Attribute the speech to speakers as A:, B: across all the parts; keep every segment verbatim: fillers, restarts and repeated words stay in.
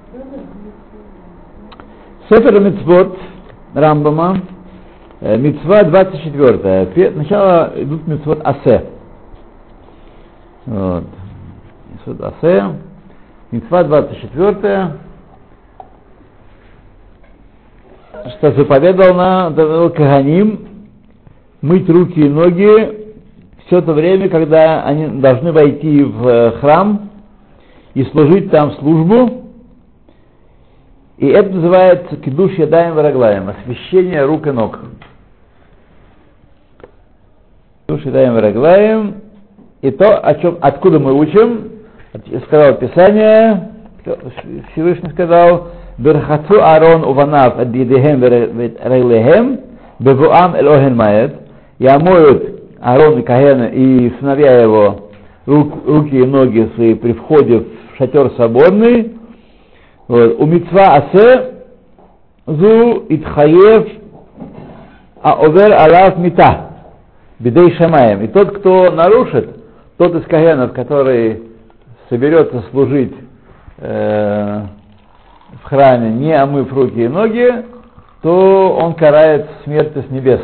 A: Сефер Мицвот Рамбама, Мицва двадцать четвёртая. Сначала идут Мицвот Асе. Вот. Мицвот Асе. Мицва двадцать четвёртая. Что заповедал на Каганим мыть руки и ноги все то время, когда они должны войти в храм и служить там службу. И это называется кидуш ядаем вараглаем, освящение рук и ног. Кидуш ядаем вараглаем. И то, о чем, откуда мы учим, сказал Писание, Всевышний сказал: Берхату Аарон уванав ад едехем верейлехем бевуам эль оген маэд. И омоют Аарон и Каэн и сыновья его рук, руки и ноги свои при входе в шатер соборный. У мицва асе зу итхаев аовер алав мита бедей шамаем. И тот, кто нарушит, тот из каганов, который соберется служить э, в храме, не омыв руки и ноги, то он карает смертью с небес.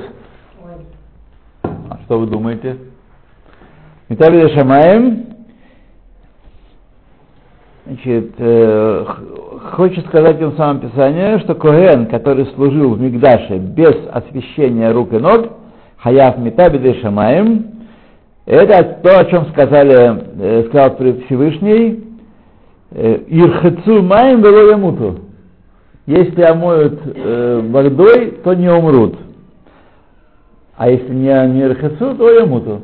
A: А что вы думаете? Мита бедей шамаем. Значит, э, хочет сказать им в самом Писании, что коэн, который служил в Микдаше без освящения рук и ног, хаяв мита бедей шамаем, это то, о чем сказали, э, сказал Всевышний, ирхацу маем вело ямуту. Если омоют э, водой, то не умрут. А если не, не ирхацу, то ямуту.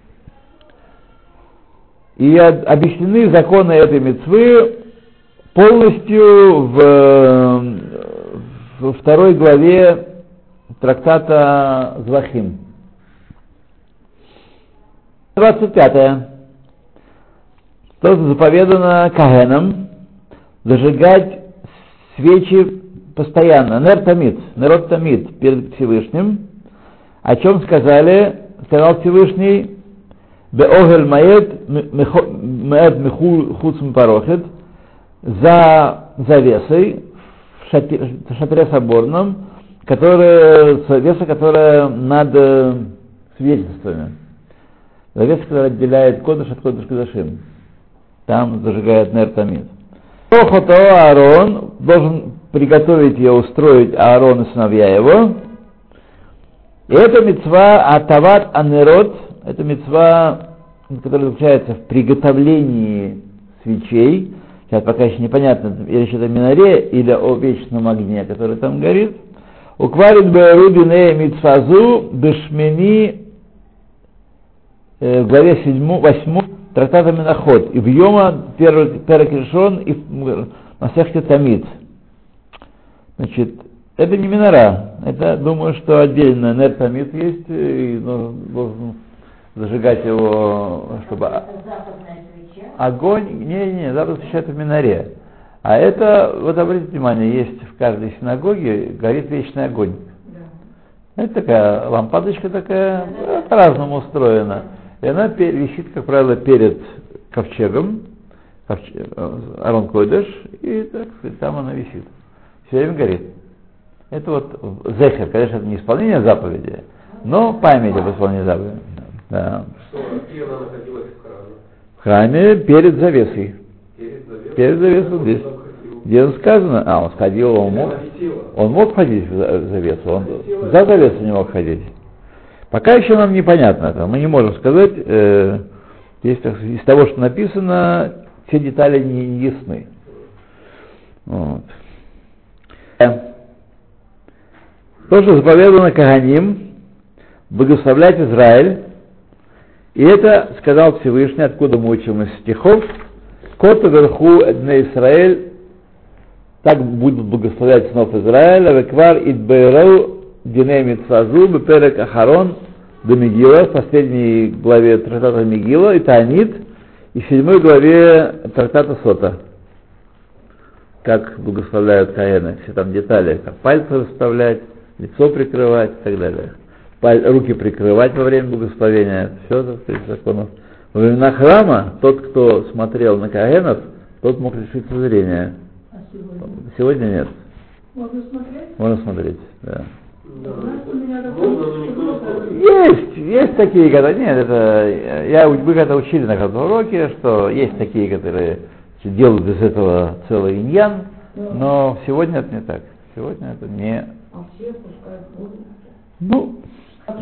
A: И объяснены законы этой мицвы полностью в, во второй главе трактата Звахим. двадцать пятая. Что заповедано каганам зажигать свечи постоянно. Нер тамид, нерот тамид перед Всевышним. О чем сказали, сказал Всевышний: Беогель маэд маэд меху хуцм парохет, за завесой в шатре, в шатре соборном, которая, завеса, которая над свидетельствами. Завеса, которая отделяет кодыш от кодыш кодышим. Там зажигает нер тамид. Охото Аарон должен приготовить ее, устроить Аарон и сыновья его. И это мицва атават анерот. Это мицва, которая заключается в приготовлении свечей. Сейчас пока еще непонятно, речь идет о миноре или о вечном огне, который там горит. Укварит бэрудине мицвазу бешмени в главе восьмой трактата Менахот. И в Йома перек решен и в Масехте Тамид. Значит, это не минора. Это, думаю, что отдельно нер тамид есть, и должен зажигать его, чтобы огонь, не, не, западная свеча это в миноре. А это, вот обратите внимание, есть в каждой синагоге горит вечный огонь. Да. Это такая лампадочка такая, да, по-разному устроена. И она висит, как правило, перед ковчегом, ковчег, Арон Койдеш, и так, там она висит. Все время горит. Это вот зехер, конечно, это не исполнение заповеди, но память об исполнении заповеди. Да.
B: Что, где она находилась в храме?
A: В храме перед завесой.
B: Перед завесой?
A: Перед завесой здесь. Где сказано, а, он сходил, он мог, он мог ходить в завесу, он за завесу не мог ходить. Пока еще нам непонятно это, мы не можем сказать, э, если из того, что написано, все детали не, не ясны. Вот. Тоже заповедано Каганим благословлять Израиль. И это сказал Всевышний, откуда мы учим из стихов: «Кот верху эдне Исраэль», так будут благословлять снов Израиля, «Веквар идбейрау диней митцвазу беперек ахарон до Мегила», в последней главе трактата Мегила, и Таанит, и в седьмой главе трактата Сота. Как благословляют каэны, все там детали, как пальцы расставлять, лицо прикрывать и так далее. Руки прикрывать во время благословения. Все это из законов. Во времена храма тот, кто смотрел на каэнов, тот мог лишиться зрения.
C: А сегодня?
A: Сегодня нет.
C: Можно смотреть?
A: Можно смотреть, да.
B: Да.
C: Знаешь, у меня
B: Можно, но никто не смотрит.
A: Есть, есть такие, когда нет, это я мы когда учили на каждом уроке, что есть такие, которые делают из этого целый иньян, но сегодня это не так. Сегодня это не.
C: А все пускают воду.
A: Ну.
B: Ну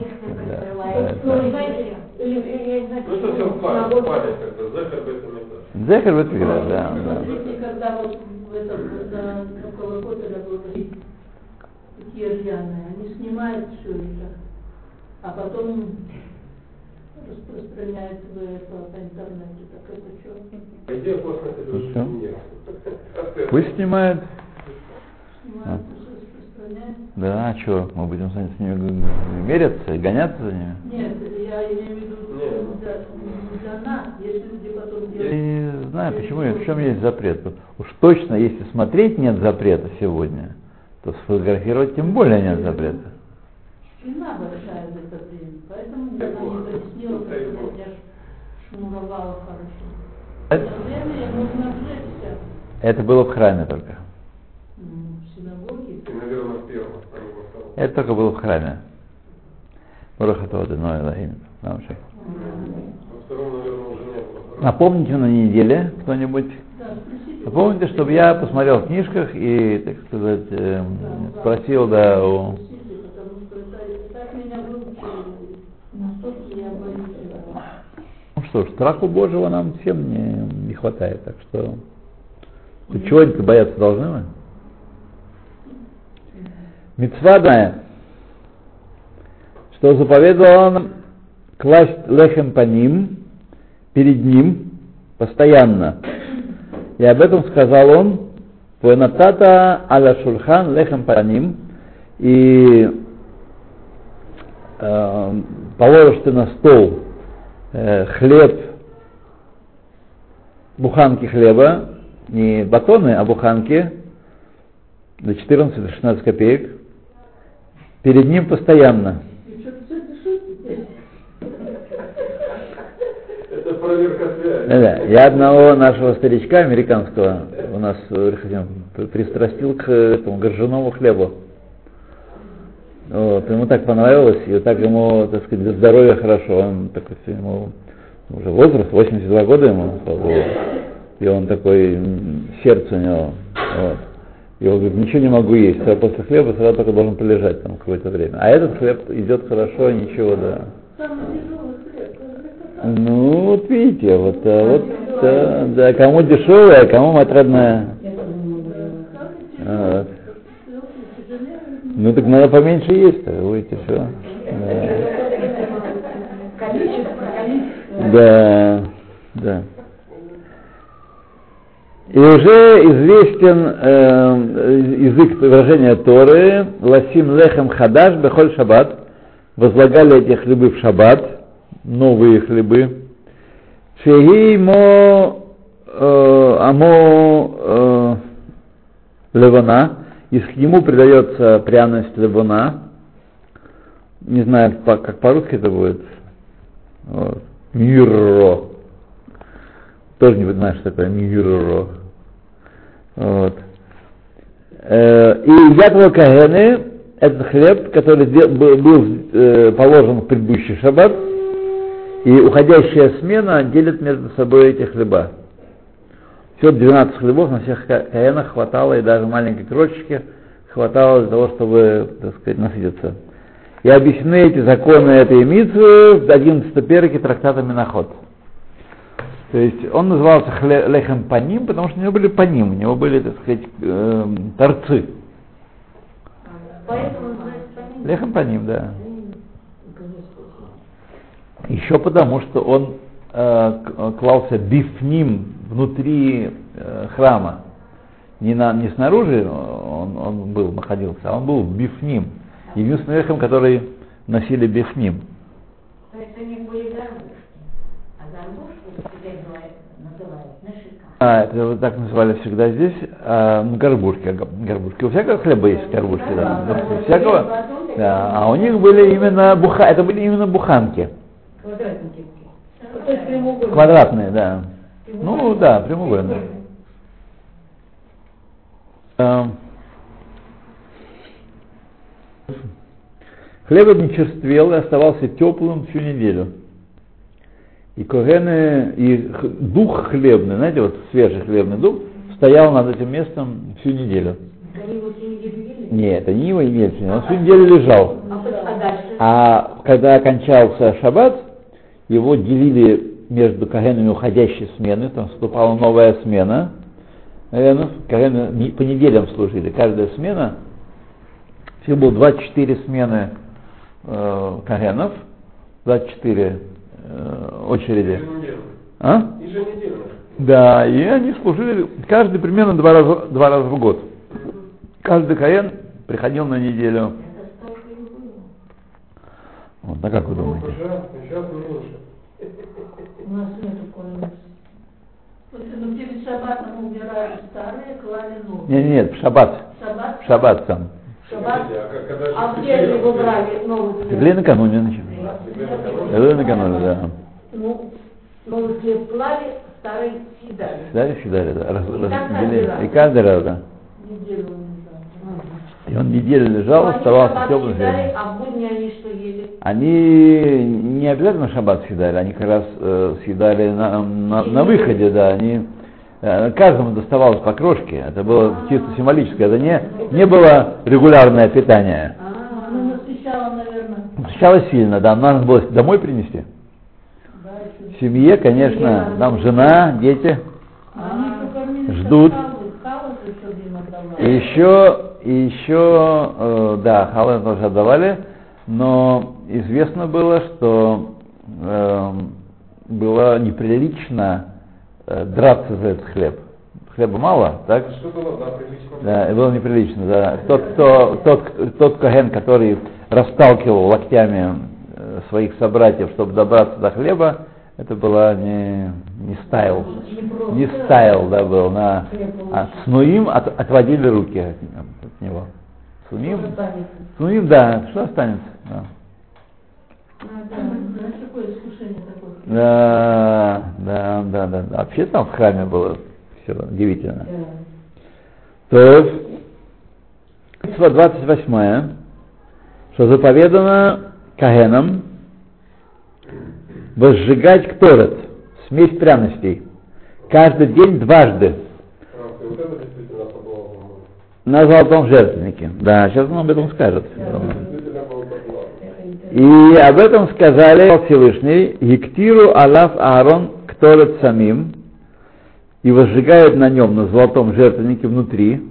B: это все в память, в память как-то, захар бет-микдаш.
A: Захар бет-микдаш, да, да.
C: Смотрите, когда вот в этом, на около Котеля было такие рьяные, они снимают все это, а потом распространяют в это по интернете. Так это что?
B: Идея классная, это
A: Ну,
B: же
A: всё.
B: не
A: Пусть снимают.
C: Снимают, все распространяют.
A: Да, а что, мы будем с ними меряться и гоняться за ними?
C: Нет, я имею в виду для, для нас, если люди потом
A: Я
C: делают.
A: не знаю, почему, в чем есть запрет. Уж точно, если смотреть нет запрета сегодня, то сфотографировать тем более нет запрета.
C: Шина большая в это время, поэтому я не пояснила, потому что я шнуровала хорошо. В это время нужно обжечься.
A: Это было в храме только.
C: М, В синагоге.
B: И, наверное, в первом, а не во втором.
A: Это только было в храме. Барахатоды, но Элохим.
B: Во втором, наверное, уже не было.
A: Напомните на неделе кто-нибудь.
C: Да, спросите.
A: Напомните, чтобы я посмотрел в книжках и, так сказать, э, спросил, да, у...
C: Спросите, потому что это, так меня выучили, настолько я боюсь этого.
A: Ну что ж, страху Божьего нам всем не, не хватает, так что... Чего-нибудь бояться должны мы? Мицва данная, что заповедовал он класть лехем по ним, перед ним, постоянно. И об этом сказал он, «Венатата аля шульхан лехем по ним», и э, положишь ты на стол э, хлеб, буханки хлеба, не батоны, а буханки, до четырнадцати-шестнадцати копеек, перед ним постоянно.
C: И что ты это шутите?
B: Это проверка связи.
A: Да-да. Я одного нашего старичка американского у нас пристрастил к этому горженому хлебу. Вот, ему так понравилось, и так ему, так сказать, для здоровья хорошо. Он такой, ему уже возраст, восемьдесят два года ему, слава Богу. И он такой, сердце у него. Вот. И он говорит, ничего не могу есть, а после хлеба сразу только должен полежать там какое-то время. А этот хлеб идет хорошо, ничего, да.
C: Самый тяжелый хлеб.
A: Ну, вот видите, вот, а, вот да, да, кому дешевая, кому отрадная. Вот. Ну так надо поменьше есть-то, будете все. Да. да, да. И уже известен э, язык выражения Торы, ласим лехем хадаш бехоль шаббат, возлагали эти хлебы в шаббат, новые хлебы, шеги мо э, амо э, левана, и к нему придается пряность левана, не знаю, как по-русски это будет, вот. Мирро, тоже не знаешь, что такое мирро. Вот. Э, и ятва кагены, это хлеб, который был, был э, положен в предыдущий шаббат, и уходящая смена делит между собой эти хлеба. Всего двенадцать хлебов на всех каенах хватало, и даже маленькой крошечки хватало для того, чтобы, так сказать, насытиться. И объяснены эти законы этой мицвы в одиннадцатой переке трактата Минохот. То есть он назывался хле, лехем паним, потому что у него были паним, у него были, так сказать, э, торцы.
C: Поэтому называется паним.
A: Лехем паним, да. Еще потому, что он э, клался бифним внутри э, храма. Не, на, не снаружи он, он был, находился, а он был бифним. Единственный лехем, который носили бифним.
D: То есть у них были горбушки, а горбушки теперь называют нашика.
A: А, это вот так называли всегда здесь, а, ну, горбушки, горбушки. У всякого хлеба есть горбушки, да. У всякого, да. А у них были именно буха, это были именно буханки.
D: Квадратники.
C: То есть прямоугольник.
A: Квадратные, да. Ну да, прямоугольные. Хлеб не черствел и оставался теплым всю неделю. И когены, и дух хлебный, знаете, вот свежий хлебный дух, стоял над этим местом всю неделю. Нет, это не его и мельче, он всю неделю лежал. А когда окончался шаббат, его делили между когенами уходящей смены, там вступала новая смена. Наверное, когены по неделям служили, каждая смена. Всего было двадцать четыре смены э, когенов, двадцать четыре э, очереди.
B: Еженедельно.
A: А?
B: Еженедельно.
A: Да, и они служили каждый примерно два раза, два раза в год. Каждый коген приходил на неделю. Вот, а как вы думаете?
B: Сейчас меньше.
C: У нас нету коинов. Ну, перед шаббатом убирали старые, клали новые.
A: Нет, нет, в шаббат.
C: Шаббат?
A: В шаббат сам.
C: Шаббат.
D: А где же его брали новый хлеб?
A: Фиглей накануне начали. Фиглей накануне, да.
D: Ну, новый хлеб клали, старый съедали.
A: Да, съедали, да. Раз,
D: И
A: раз,
D: каждый
A: дели-
D: раз.
A: и каждый раз, да.
C: Неделю он лежал.
A: И он неделю лежал,
D: Они
A: оставался
D: шаббат
A: теплым.
D: съедали, а в будни они что ели?
A: Они не обязательно шаббат съедали, они как раз э, съедали на, на, на выходе, да, они э, каждому доставалось по крошке, это было чисто символическое, это не, не было регулярное питание.
C: А, ну, насыщала, наверное.
A: Встречалось сильно, да, надо было домой принести.
C: Да, еще.
A: В семье, конечно, там жена, дети,
C: Они покормили
A: ждут.
C: халвы, халвы еще им отдавали.
A: И еще, и еще, э, да, халвы тоже отдавали, но известно было, что э, было неприлично э, драться за этот хлеб. Хлеба мало, так?
B: Что было, да, прилично.
A: Да, и было неприлично, да. Тот, кто, тот, тот коген, который расталкивал локтями э, своих собратьев, чтобы добраться до хлеба, это была не, не стайл. Не стайл, да, был. На, а снуим от, отводили руки от, от него. Снуим, снуим, да, что останется? Да.
C: А, да, знаешь, какое искушение такое?
A: Да, да, да, да, да. Вообще там в храме было все удивительно. То двадцать восьмое, что заповедано кагенам возжигать кторет, смесь пряностей, каждый день дважды
B: А, вот это действительно подвал.
A: на золотом жертвеннике. Да, сейчас он об этом скажет.
B: Действительно был подвал.
A: И об этом сказали Всевышний: Ектиру Алаф Аарон кторет самим, и возжигают на нем, на золотом жертвеннике внутри,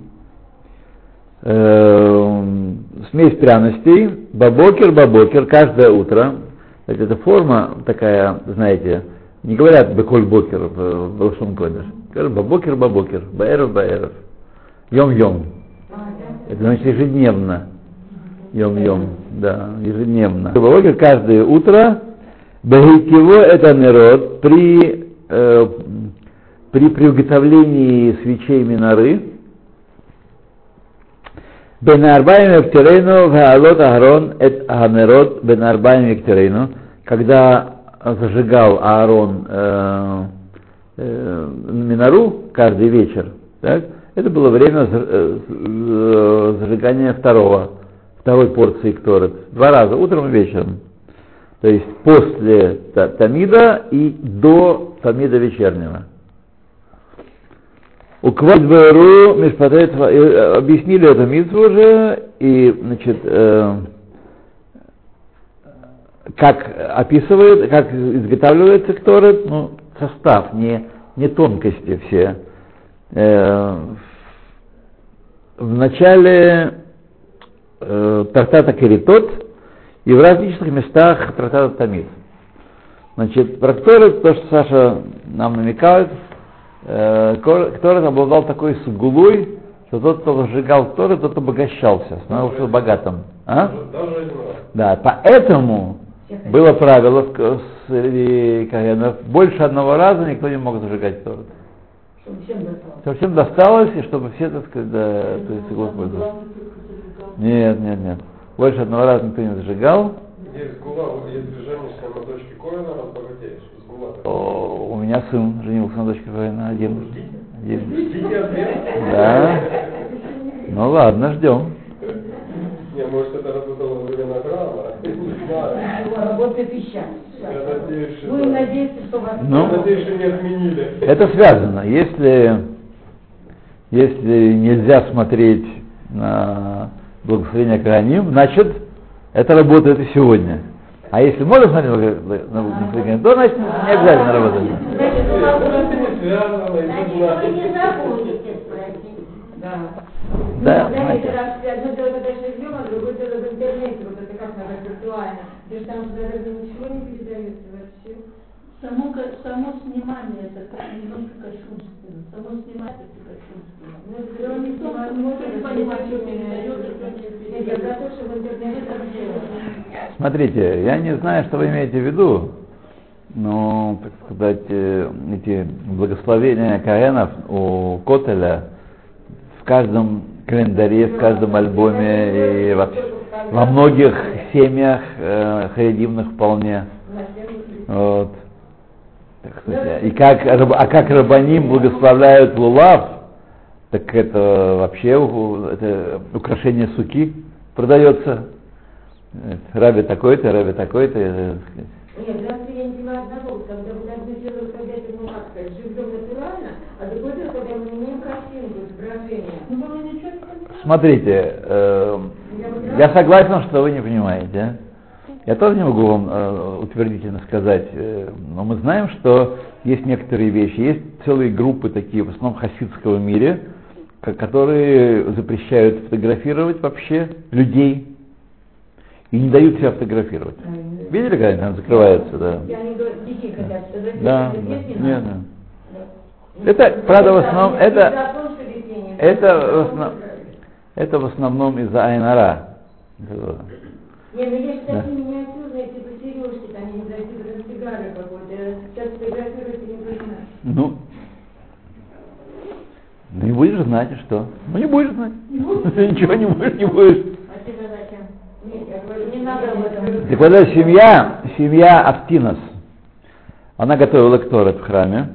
A: э, смесь пряностей, бабокер, бабокер, каждое утро. Это форма такая, знаете, не говорят беколь бокер в Лашон Кодеш, говорят бабокер, бабокер, баэров, баэров, йом-йом. Это значит ежедневно. Йом-йом, да, ежедневно. Бабокер каждое утро, бахикиво это народ при э, при приготовлении свечей миноры, бен арбаим ектерейну ваалот Аарон эт ганерот бен арбаим ектерейну, когда зажигал Аарон э, э, минору каждый вечер, так, это было время зажигания второго, второй порции кторет, два раза, утром и вечером. То есть после тамида и до тамида вечернего. У Квадберу Мишпатет объяснили эту мицву уже, и, значит, э, как описывает, как изготавливается кторет, ну, состав, не, не тонкости все. Э, в начале э, трактата Керитот и в различных местах трактата Тамид. Значит, про кторет, то, что Саша нам намекает, Кторет обладал такой сугулой, что тот, кто зажигал кторет, тот обогащался, становился богатым. А?
B: Даже один раз.
A: Да, поэтому было правило среди кагенов: больше одного раза никто не мог зажигать кторет. Совсем досталось, и чтобы все, так сказать, да, то есть его пользовались. Нет, нет, нет. Больше одного раза никто не зажигал.
B: Есть гула, вот если женишься на дочке Коэна, разбогатеешь. С гула.
A: О, у меня сын женился на дочке Коэна один. Один.
B: Ждите ответ.
A: Да. Ну ладно, ждем.
B: Не, может, это работало во времена храма, не знаю.
D: Работает и сейчас.
B: Я надеюсь, что...
D: Будем надеяться, что вас...
A: Ну,
B: Я надеюсь, что не отменили.
A: Это связано. Если, если нельзя смотреть на благословение Коганим, значит, это работает и сегодня. А если можно смотреть на благословение, то значит не обязательно работать.
D: Значит, у вас
B: Это не связано, и
D: Значит,
B: не
D: вы не
B: знаю.
D: забудете спросить. Да.
A: Да,
D: Ну, знаете,
A: знаете.
D: раз одно дело, когда живем, а другое дело в интернете, вот это как надо виртуально. Ты же там даже ничего не передается вообще.
C: Само, ко- само снимание это как немножко кощунственно. Само снимать это кощунственно.
D: Ну, все равно не
C: Никто
D: снимать,
C: не
D: можно
C: может понимать, что передает, что не
D: Нет, я за
C: передает.
D: то, что в интернете так делать.
A: Смотрите, я не знаю, что вы имеете в виду, но, так сказать, э, эти благословения Коэнов у Котеля в каждом календаре, в каждом альбоме и вообще во многих семьях э, харидимных вполне. Вот. Так сказать, и как, раб- а как рабаним благословляют лулав, так это вообще у- это украшение суки продается. Раби такой-то, раби такой-то. э, так сказать.
D: Нет, раз я не понимаю одного, когда вы одно дело, когда это, ну как сказать, живем натурально, а другое дело, когда мы меняем картинку, изображение.
C: Ну, вы ничего не понимаете.
A: Смотрите, э, я согласен, что вы не понимаете. Я тоже не могу вам э, утвердительно сказать, э, но мы знаем, что есть некоторые вещи, есть целые группы такие, в основном в хасидском мире, ко- которые запрещают фотографировать вообще людей и не дают себя фотографировать. Видели, когда они там закрываются, да?
D: Я не говорю, детей хотят, что детей
A: Да,
D: нет,
A: да,
D: не
A: нет,
D: надо.
A: да. Это, правда, в основном, это,
D: Закон, что детей нет.
A: это, в основ- это в основном из-за Айнара.
D: Не, ну есть
A: Да.
D: такие миниатюрные, типа сережки, там, я не знаю, типа там сигары какой-то. Сейчас фотографируют и не понимаешь.
A: Ну, ну не будешь знать, и что? Ну не будешь знать. Ничего не будешь, не будешь.
D: А тебе зачем? Нет, я говорю, не надо об этом.
A: Так вот эта семья, семья Автинос, она готовила кторет в храме,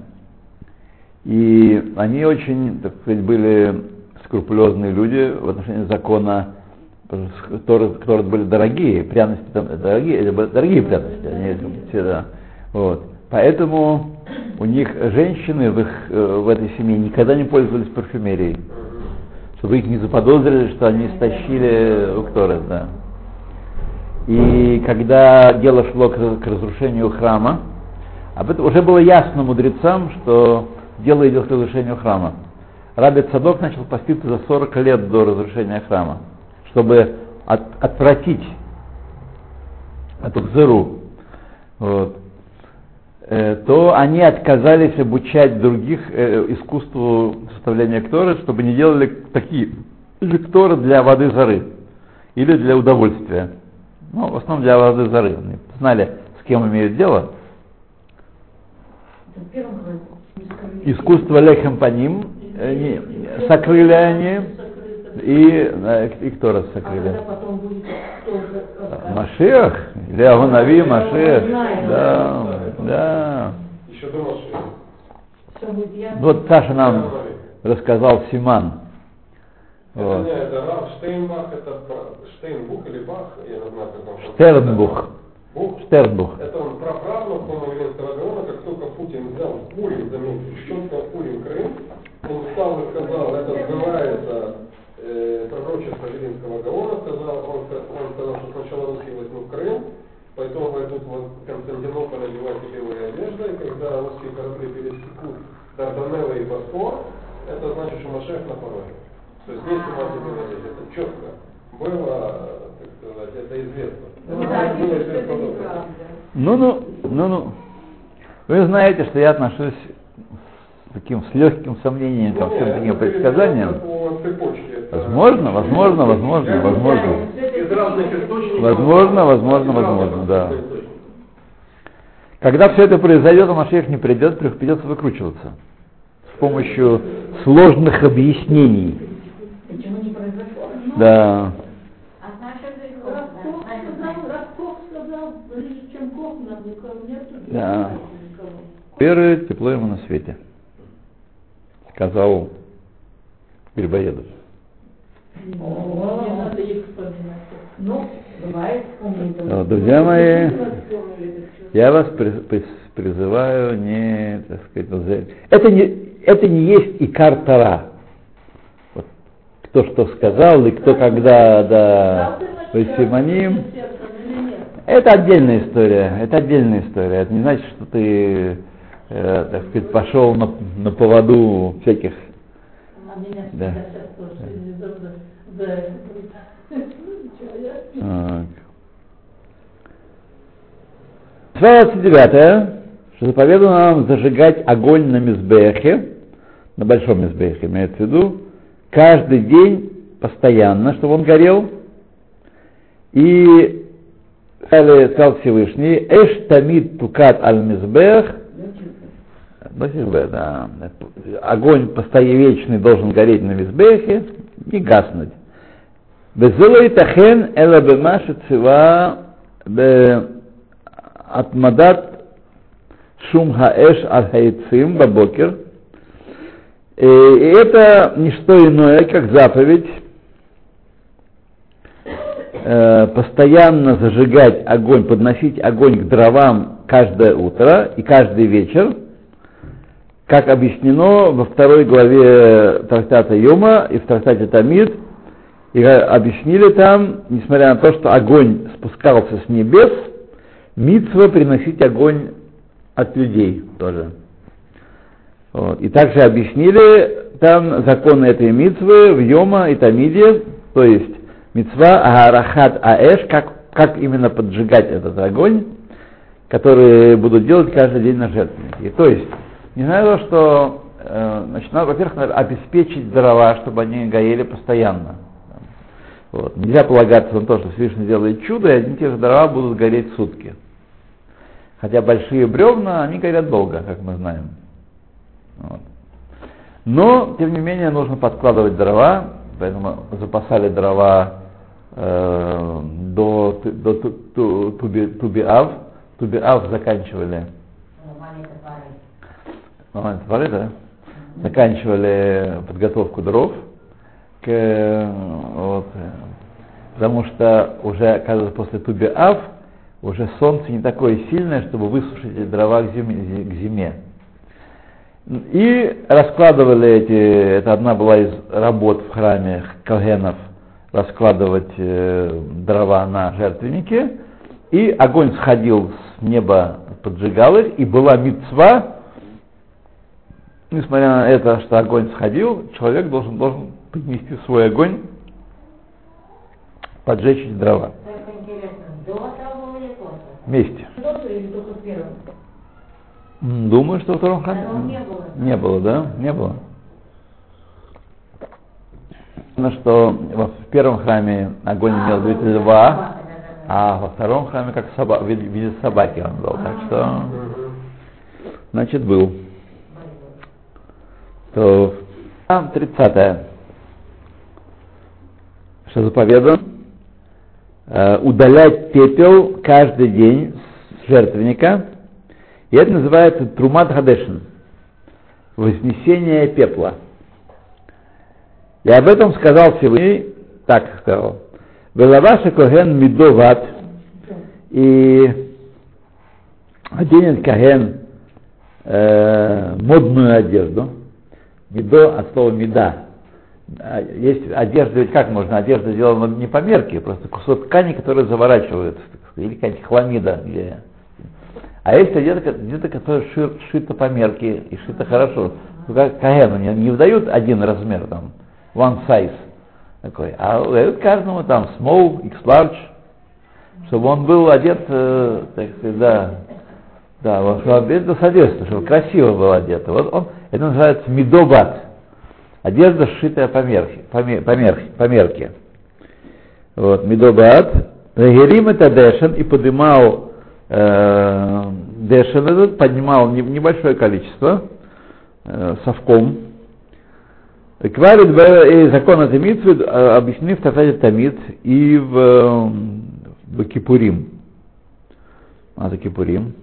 A: и они очень, так сказать, были скрупулезные люди в отношении закона. Кторет были дорогие, пряности там дорогие, это были дорогие пряности, они все, да. Вот. Поэтому у них женщины в, их, в этой семье никогда не пользовались парфюмерией, чтобы их не заподозрили, что они стащили у кторет, да. И когда дело шло к, к разрушению храма, об этом уже было ясно мудрецам, что дело идет к разрушению храма. Раби Цадок начал поститься за сорок лет до разрушения храма, чтобы от, отвратить эту гзыру, вот, э, то они отказались обучать других э, искусству составления кторы, чтобы не делали такие же кторы для воды зары или для удовольствия. Ну, в основном для воды зары. Они знали, с кем имеют дело. Искусство лехем паним, э, не, сокрыли они, и, э, и кто раз сокрыли?
C: А когда потом будет тоже рассказывать.
A: Машиах, Ильяху Нави, Машиах, да, да.
B: Еще до Машиаха.
C: Все будет ясно.
A: Вот Саша нам рассказал Симан.
B: Это
A: Вот.
B: не, это Рав Штейнбах, это про- Штейнбух или Бах, я не знаю, как он.
A: Штернбух.
B: Бух.
A: Штернбух.
B: Это он праправнук, по-моему, Веленского Гаона, как только Путин взял Пурим, заметьте, четко Пурим Крым, он встал и сказал, это сбывается э, пророчество Веленского Гаона, сказал, он, он сказал, что сначала русские возьмут Крым, по итогу идут вот Константинополь одевать белые одежды, и когда русские корабли пересекут Дарданеллы и Босфор, это значит, что Машех на пороге. То есть вместе вас белые одежды, это четко было, так сказать, это известно.
D: Ну,
B: Это
D: да,
B: было
D: видишь, что это
B: известно.
D: неправда.
A: Ну-ну, ну-ну. Вы знаете, что я отношусь с таким, с легким сомнением ко всем таким предсказаниям. Возможно, возможно, возможно, возможно.
B: Из разных источников.
A: Возможно, возможно,
B: Из разных
A: возможно, да.
B: источников.
A: Когда все это произойдет, а Машиах не придет, придется выкручиваться с помощью сложных объяснений.
D: Почему не произошло?
A: Да.
D: А наша
C: Ростов сказал, Ростов сказал, ближе, чем Кохна, никого нет.
A: Да. Веры тепло ему на свете, сказал Грибоедов.
C: Мне надо их вспоминать.
D: Ну, бывает, вспомнить.
A: Ну, друзья мои, я вас приз- приз- призываю не, так сказать, ну, за- это не, это не есть икар Тора. Вот, кто что сказал, и кто когда, да, Весиманим. Это отдельная история, это отдельная история. Это не значит, что ты, э, так сказать, пошел на, на поводу всяких.
C: А меня
A: Да.
C: сейчас тоже за это.
A: Так. двадцать девятое, что заповедано нам зажигать огонь на мизбехе, на большом мизбехе, имеется в виду, каждый день постоянно, чтобы он горел. И сказал Всевышний, эш тамид тукат аль мизбех, да, огонь постоянно вечный должен гореть на мизбехе и гаснуть. Безелой тахен эла бемаши цива бе атмадат шум хаэш аль хайцим бабокер. И это не что иное, как заповедь э, постоянно зажигать огонь, подносить огонь к дровам каждое утро и каждый вечер, как объяснено во второй главе трактата Йома и в трактате Тамид. И объяснили там, несмотря на то, что огонь спускался с небес, мицва приносить огонь от людей тоже. Вот. И также объяснили там законы этой мицвы в Йома и Тамиде, то есть мицва аарахат аэш, как, как именно поджигать этот огонь, который будут делать каждый день на жертвеннике. То есть, несмотря на то, что, э, значит, надо, во-первых, надо обеспечить дрова, чтобы они горели постоянно. Вот. Нельзя полагаться на то, что Всевышний делает чудо, и одни и те же дрова будут гореть сутки. Хотя большие бревна, они горят долго, как мы знаем. Вот. Но, тем не менее, нужно подкладывать дрова, поэтому запасали дрова э, до, до Тубиав. Тубиав заканчивали. Мамалит да? Заканчивали подготовку дров. К, вот, потому что уже, оказывается, после Тубиав уже солнце не такое сильное, чтобы высушить эти дрова к зиме. К зиме. И раскладывали эти, это одна была из работ в храме кагенов, раскладывать э, дрова на жертвеннике, и огонь сходил с неба, поджигал их, и была мицва, несмотря на это, что огонь сходил, человек должен, должен поднести свой огонь, поджечь эти дрова.
D: Так интересно, до того или после?
A: Вместе.
D: До или только в первом?
A: Думаю, что во втором храме
D: Второго не было.
A: не было, да? Не было. Ну что в первом храме огонь имел вид льва, а во втором храме как соба, в виде собаки он был. Так что, значит, был. То тридцатое. Что заповедано? Э, удалять пепел каждый день с жертвенника. И это называется Трумат Хадешин, вознесение пепла. И об этом сказал Всевышний, так сказал, Велаваша Коген Мидоват, и оденет Коген э, модную одежду, Мидо от слова Мида. Есть одежда, ведь как можно, одежда сделана не по мерке, просто кусок ткани, который заворачивают, или какая-нибудь хламида, где... А есть одежда, одежда, которая сшита по мерке и шита хорошо. Ну, как Коэну не, не выдают один размер, там, one size такой, а дают каждому там small, x large, чтобы он был одет, э, так сказать, да, да, вот, чтобы это соответственно, чтобы красиво был одет. Вот он, это называется мидобат, одежда, сшитая по мерке, по, мер, по, мерке, по мерке. Вот, мидобат, Герим это Дэшен, и поднимал э, Дэшен этот, поднимал небольшое количество, э, совком. Кварит и закон от Мицвы объяснены в Трактате Тамид и в, в Кипурим. А, это Кипурим.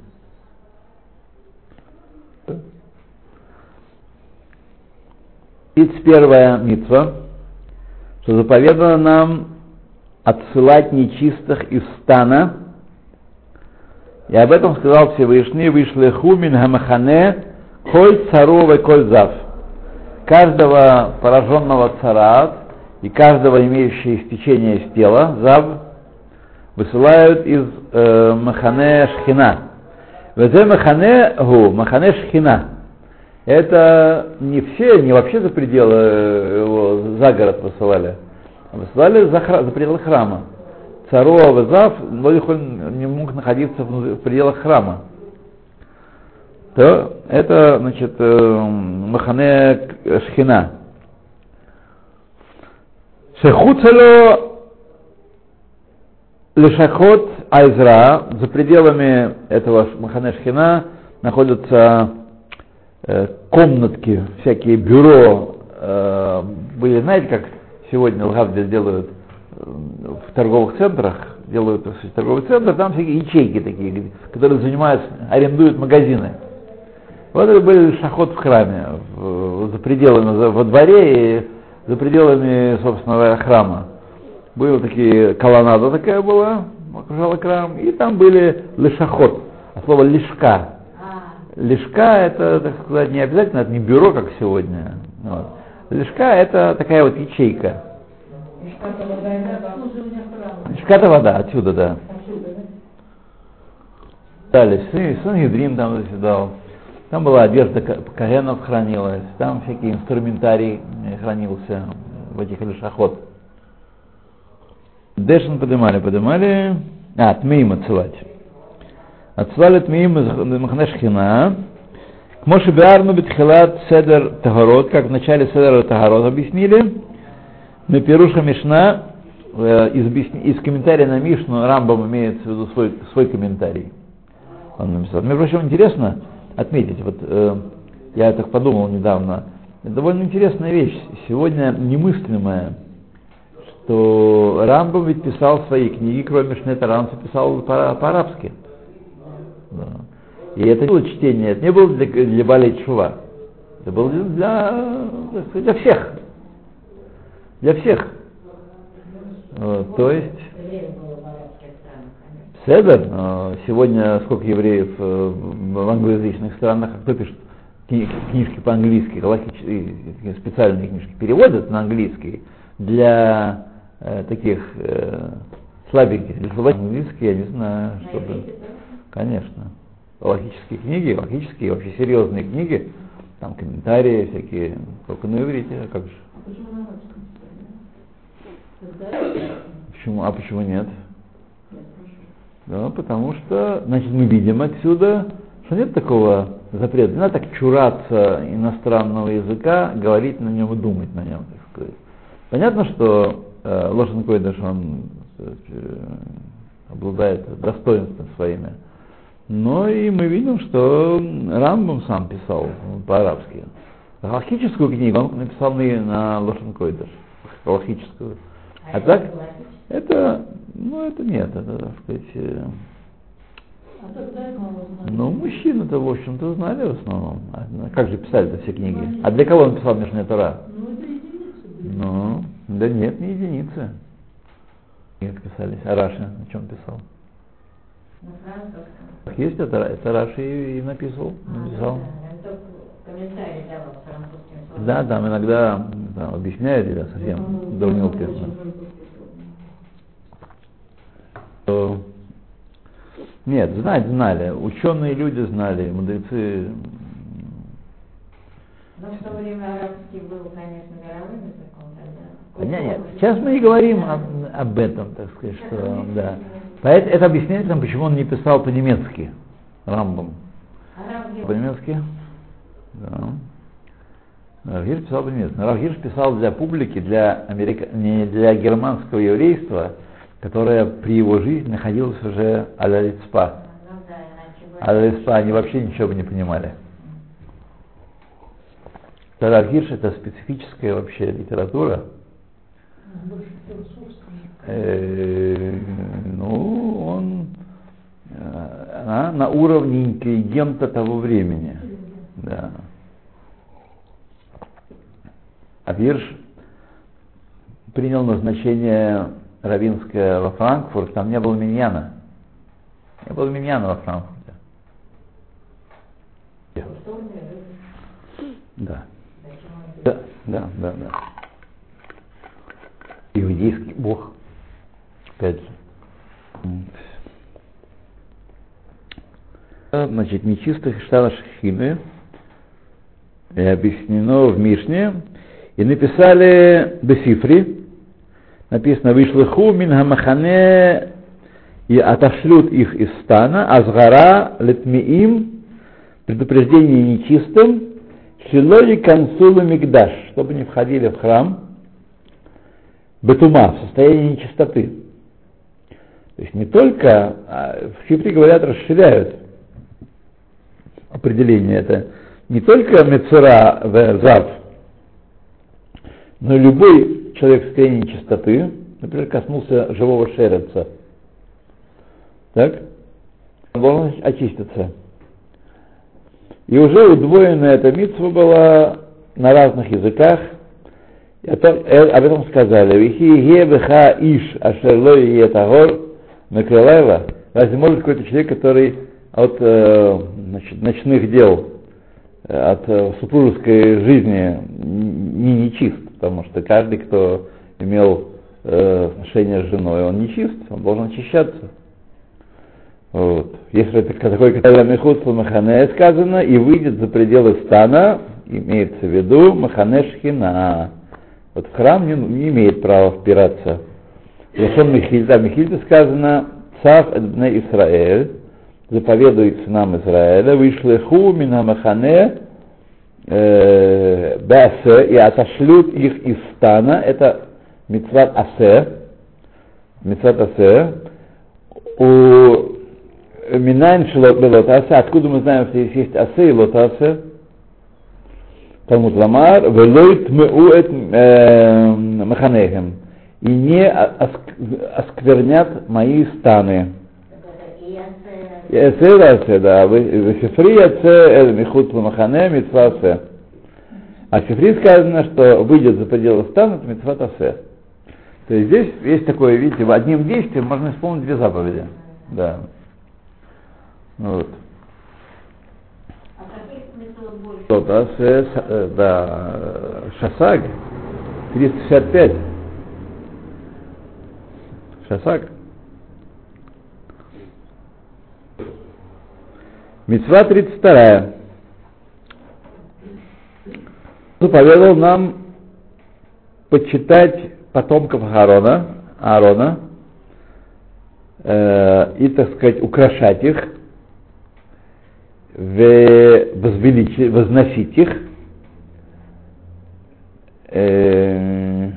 A: тридцать первая мицва. что заповедано нам отсылать нечистых из стана. И об этом сказал Всевышний: «Вышлеху мин хамахане коль цару ве коль зав». Каждого пораженного цара и каждого имеющего истечение из тела, зав, высылают из э, махане шхина. Везе махане гу, махане шхина. Это не все, не вообще за пределы его, за город высылали, а высылали за, хра, за пределы храма. Цару Авазав не мог находиться в пределах храма. То это, значит, махане шхина. Шехуцало лешахот айзра. За пределами этого махане шхина находятся э, комнатки, всякие бюро. Э, вы знаете, как сегодня Лгавде делают в торговых центрах, делают торговый центр, там всякие ячейки такие, которые занимаются, арендуют магазины. Вот это были шахот в храме, в, за пределами, за, во дворе и за пределами, собственно, храма. Были такие, колоннада такая была, окружала храм, и там были лешахот, а слово лишка. Лишка это, так сказать, не обязательно, это не бюро, как сегодня. Вот. Лишка это такая вот ячейка. Лишка-то вода, отсюда, да. Далее, Сангедрин там заседал. Там была одежда коэнов хранилась, там всякий инструментарий хранился в этих лишахот. Дэшин поднимали, поднимали, а, тмеим отсылать. Отсылали тмеим из махане шхина. Моше биарну битхилат седер тагород, как в начале седера тагород объяснили. Мы Пируша Мишна, из, из комментария на Мишну, Рамбам имеет в виду свой, свой комментарий. Он написал. Между прочим, интересно отметить, вот э, я так подумал недавно, это довольно интересная вещь, сегодня немыслимая, что Рамбам ведь писал свои книги, кроме Мишны Тора, он писал по- по-арабски. Да. И это не было чтение, это не было для, для Балей Тшува, это было для, для, для всех. Для всех. Вот, то есть Седер, сегодня сколько евреев в англоязычных странах, кто пишет книжки по-английски, специальные книжки переводят на английский для э, таких э, слабеньких, для слабеньких английский, я не знаю, чтобы... Конечно. Логические книги, логические, вообще серьезные книги, там комментарии всякие, только на иврите, а как же? Почему? А почему нет? Да, потому что, значит, мы видим отсюда, что нет такого запрета. Не надо так чураться иностранного языка, говорить на нем и думать на нем, так сказать. Понятно, что э, Лошен Койдеш, он э, обладает достоинством своими. Но и мы видим, что Рамбам сам писал по-арабски. Галахическую книгу он написал на Лошен Койдеш, галахическую. А, а так, это, ну это нет, это, так сказать, э,
C: а тогда это мало знали.
A: Ну, мужчины-то, в общем-то, знали в основном. А как же писали-то все книги? А для кого он писал Мишне Тора?
C: Ну, это единицы были.
A: Ну, да нет, не единицы. Нет, писались. А Раши на чем писал?
D: На французском.
A: Есть это, это Раши и, и написал, написал.
D: А, да, комментарий давал французским словом.
A: Да, там иногда там, объясняют, или совсем до мелких. Нет, знать знали, ученые люди знали, мудрецы.
D: Но в то время арабский был, конечно, мировым языком тогда.
A: Нет, нет, сейчас мы не говорим об, об этом, так сказать, что, да. Поэтому это объясняет нам, почему он не писал по-немецки, Рамбам. По-немецки? Да. Рав Гирш писал по-немецки. Рав Гирш писал для публики, для, америка... не для германского еврейства, которое при его жизни находилось уже а-ля Рицпа. А-ля Рицпа они вообще ничего бы не понимали. Рав Гирш — это специфическая вообще литература. Э, ну, он она на уровне интеллигента того времени. Да. А Гирш принял назначение раввинское во Франкфурт, там не было миньяна. Не было миньяна во Франкфурте. Да. Да, да, да, да. Иудейский бог. Опять же. Значит, нечистых штанов шхины и объяснено в Мишне. И написали бесифри, написано «Вышлыху мин хамахане» и отошлют их из стана, азгара летмиим, предупреждение нечистым, шилоли консулу мигдаш, чтобы не входили в храм, бетума, в состоянии нечистоты. То есть не только, а в Сифре говорят, расширяют определение это, не только мецура в зав, но любой человек в состоянии нечистоты, например, коснулся живого шереца, так, он должен очиститься. И уже удвоенная эта мицва была на разных языках, и об этом сказали. «Вихи гебеха иш ашерлой етагор накрылайла». Разве может какой-то человек, который от э, значит, ночных дел, от э, супружеской жизни не нечист, потому что каждый, кто имел э, отношения с женой, он нечист, он должен очищаться. Вот. Если это такой, который мехуд махане сказано, и выйдет за пределы стана, имеется в виду махане шхина. Вот в храм не, не имеет права впираться. Лашон Михильда, Михильда сказано, цав эдбне Исраэль, заповедует сынам Израиля, вышли ху мина махане басе, и отошлют их из стана, это мицват асе, мицват асе, у минайн шелот белот асе, откуда мы знаем, что здесь есть асе и лот асе, Талмуд ламар, велойт меуэт маханехем, и не осквернят мои станы. Ясе, ясе, да, в Сифри ясе, эль михут махане, митцва асе. А в Сифри сказано, что выйдет за пределы стана, это митцва асе. То есть здесь есть такое, видите, одним действием можно исполнить две заповеди. Да. Вот.
C: А каких методов больше?
A: Вот, асе, да, шасаг, триста шестьдесят пять. Шасаг. Мицва тридцать два. Заповедал нам почитать потомков Аарона, Аарона э, и, так сказать, украшать их, возвеличить, возносить их, э,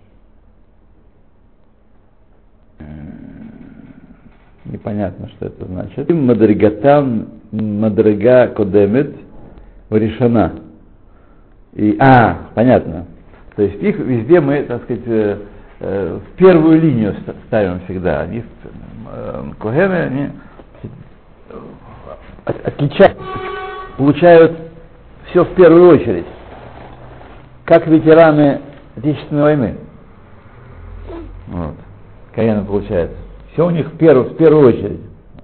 A: непонятно, что это значит. Мадригатан Мадрига Кодемет решена. И, а, понятно. То есть их везде мы, так сказать, э, э, в первую линию ставим всегда. Они, э, Когены, они от, отличают, получают все в первую очередь. Как ветераны Отечественной войны. Вот. Когены получается. Все у них в первую, в первую очередь.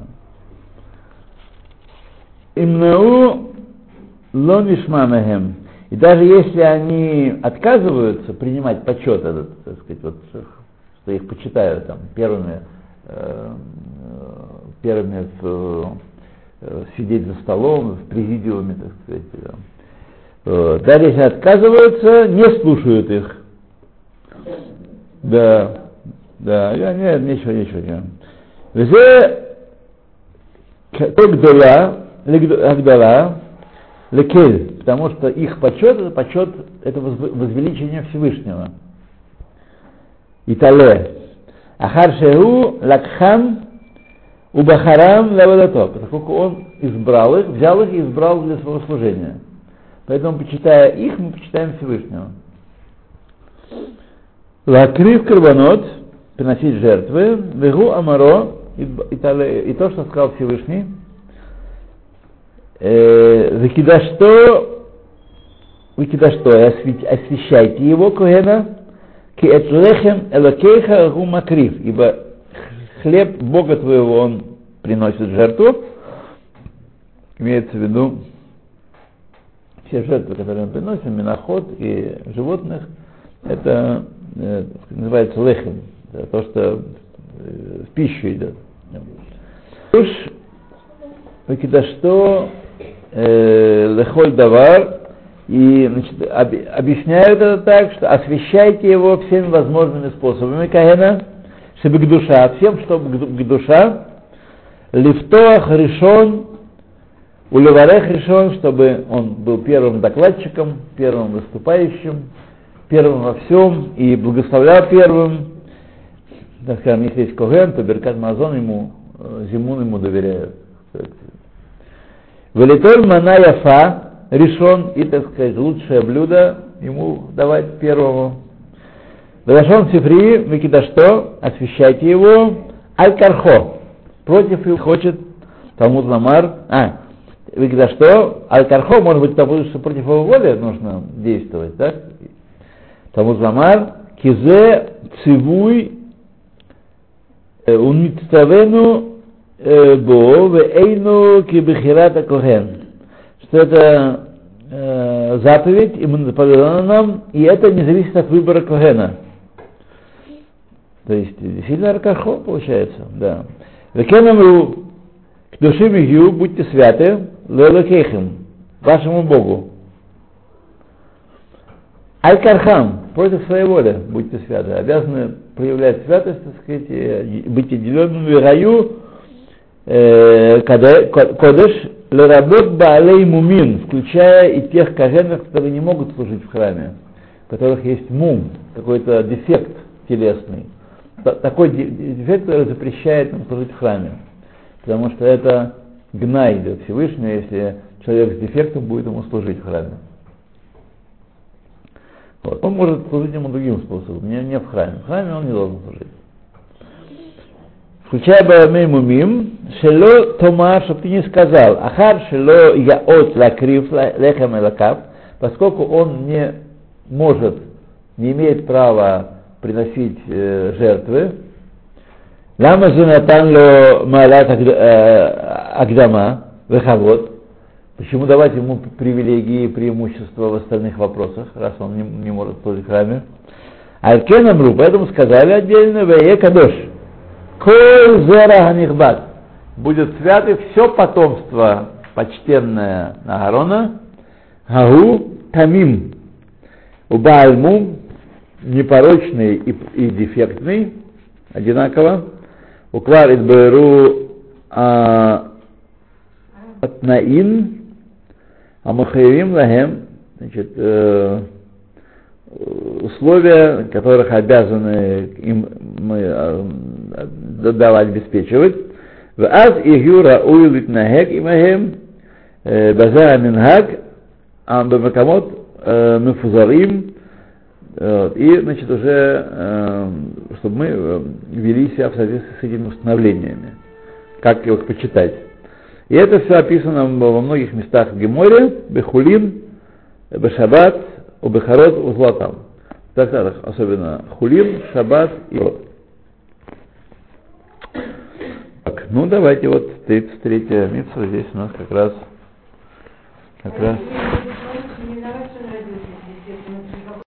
A: Имнау лонишмамехем. И даже если они отказываются принимать почет этот, так сказать, вот, что их почитают там первыми, э, первыми в, э, сидеть за столом, в президиуме, так сказать. Э, даже если отказываются, не слушают их. Да, да, я, нет, ничего, ничего, ничего. Везе Гдола, Гдола, Лекель, потому что их почет, это почет, это возвеличение Всевышнего. Итале. Ахаршеу лакхан убахарам лавадато, поскольку он избрал их, взял их и избрал для своего служения. Поэтому, почитая их, мы почитаем Всевышнего. Лакрив карбонот, приносить жертвы, вегу амаро, и то, что сказал Всевышний, выкидашто, выкидашто, освещайте его, Когена, ки эт лехем элокейха гу макрив, ибо хлеб Бога твоего он приносит в жертву, имеется в виду все жертвы, которые мы приносим, миноход и животных, это э, называется лехем, это то, что э, в пищу идет. Уж что лехоль давар, и значит, об, объясняют это так, что освящайте его всеми возможными способами кагена, чтобы к душа, всем, чтобы к душа, лифтоах решон, улеварех решон, чтобы он был первым докладчиком, первым выступающим, первым во всем и благословлял первым. Так скажем, если есть коген, то Беркат Мазон ему, Зимун ему доверяют. Валитоль мана яфа решен, и, так сказать, лучшее блюдо ему давать первому. Валашон сифри, выкида что, освящайте его, аль-кархо, против его хочет Талмуд Ламар, а, выкида что, аль-кархо, может быть, потому что против его воли нужно действовать, да? Талмуд Ламар, кизе цивуй уництавену бо вейну кибихирата коген, что это э, заповедь, и мы заповедана нам, и это не зависит от выбора когена. То есть действительно аркахо получается, да. Векенамру к души мигью, будьте святы, лелокейхем, вашему Богу. Аль-Кархам, против своей воли будьте святы, обязаны проявлять святость, так сказать, быть отделенными в раю, кодеш леработ баалей мумин, включая и тех кагенов, которые не могут служить в храме, у которых есть мум, какой-то дефект телесный. Такой дефект, который запрещает им служить в храме, потому что это гнай идет Всевышнего, если человек с дефектом будет ему служить в храме. Вот. Он может служить ему другим способом, не, не в храме. В храме он не должен служить. Включая Баамей Мумим, шело Тома, чтобы ты не сказал, ахар шело яот лакрив лехем элакав, поскольку он не может, не имеет права приносить э, жертвы, лама зунатан ло маалат агдама вехавод, почему давать ему привилегии и преимущества в остальных вопросах, раз он не, не может служить в храме? Аль-Кенамру, поэтому сказали отдельно, вее кадош, коль зера ханихбат, будет святый все потомство почтенное Аарона, гагу тамим, убаальмум, непорочный и, и дефектный, одинаково, уквар идберу атнаин, амухаевим лагем, значит, э, условия, которых обязаны им мы э, давать, обеспечивать. В аз игюра уилит нагек имахем базара минхаг амбамакамот мефузарим. И, значит, уже, э, чтобы мы вели себя в соответствии с этими установлениями, как их почитать. И это все описано во многих местах в Геморе, Бехулин, Бешаббат, у Бехарот, у Златам. Так, так, особенно Хулин, Шаббат и Рот. Так, ну давайте вот тридцать третья мицва здесь у нас как раз, как раз.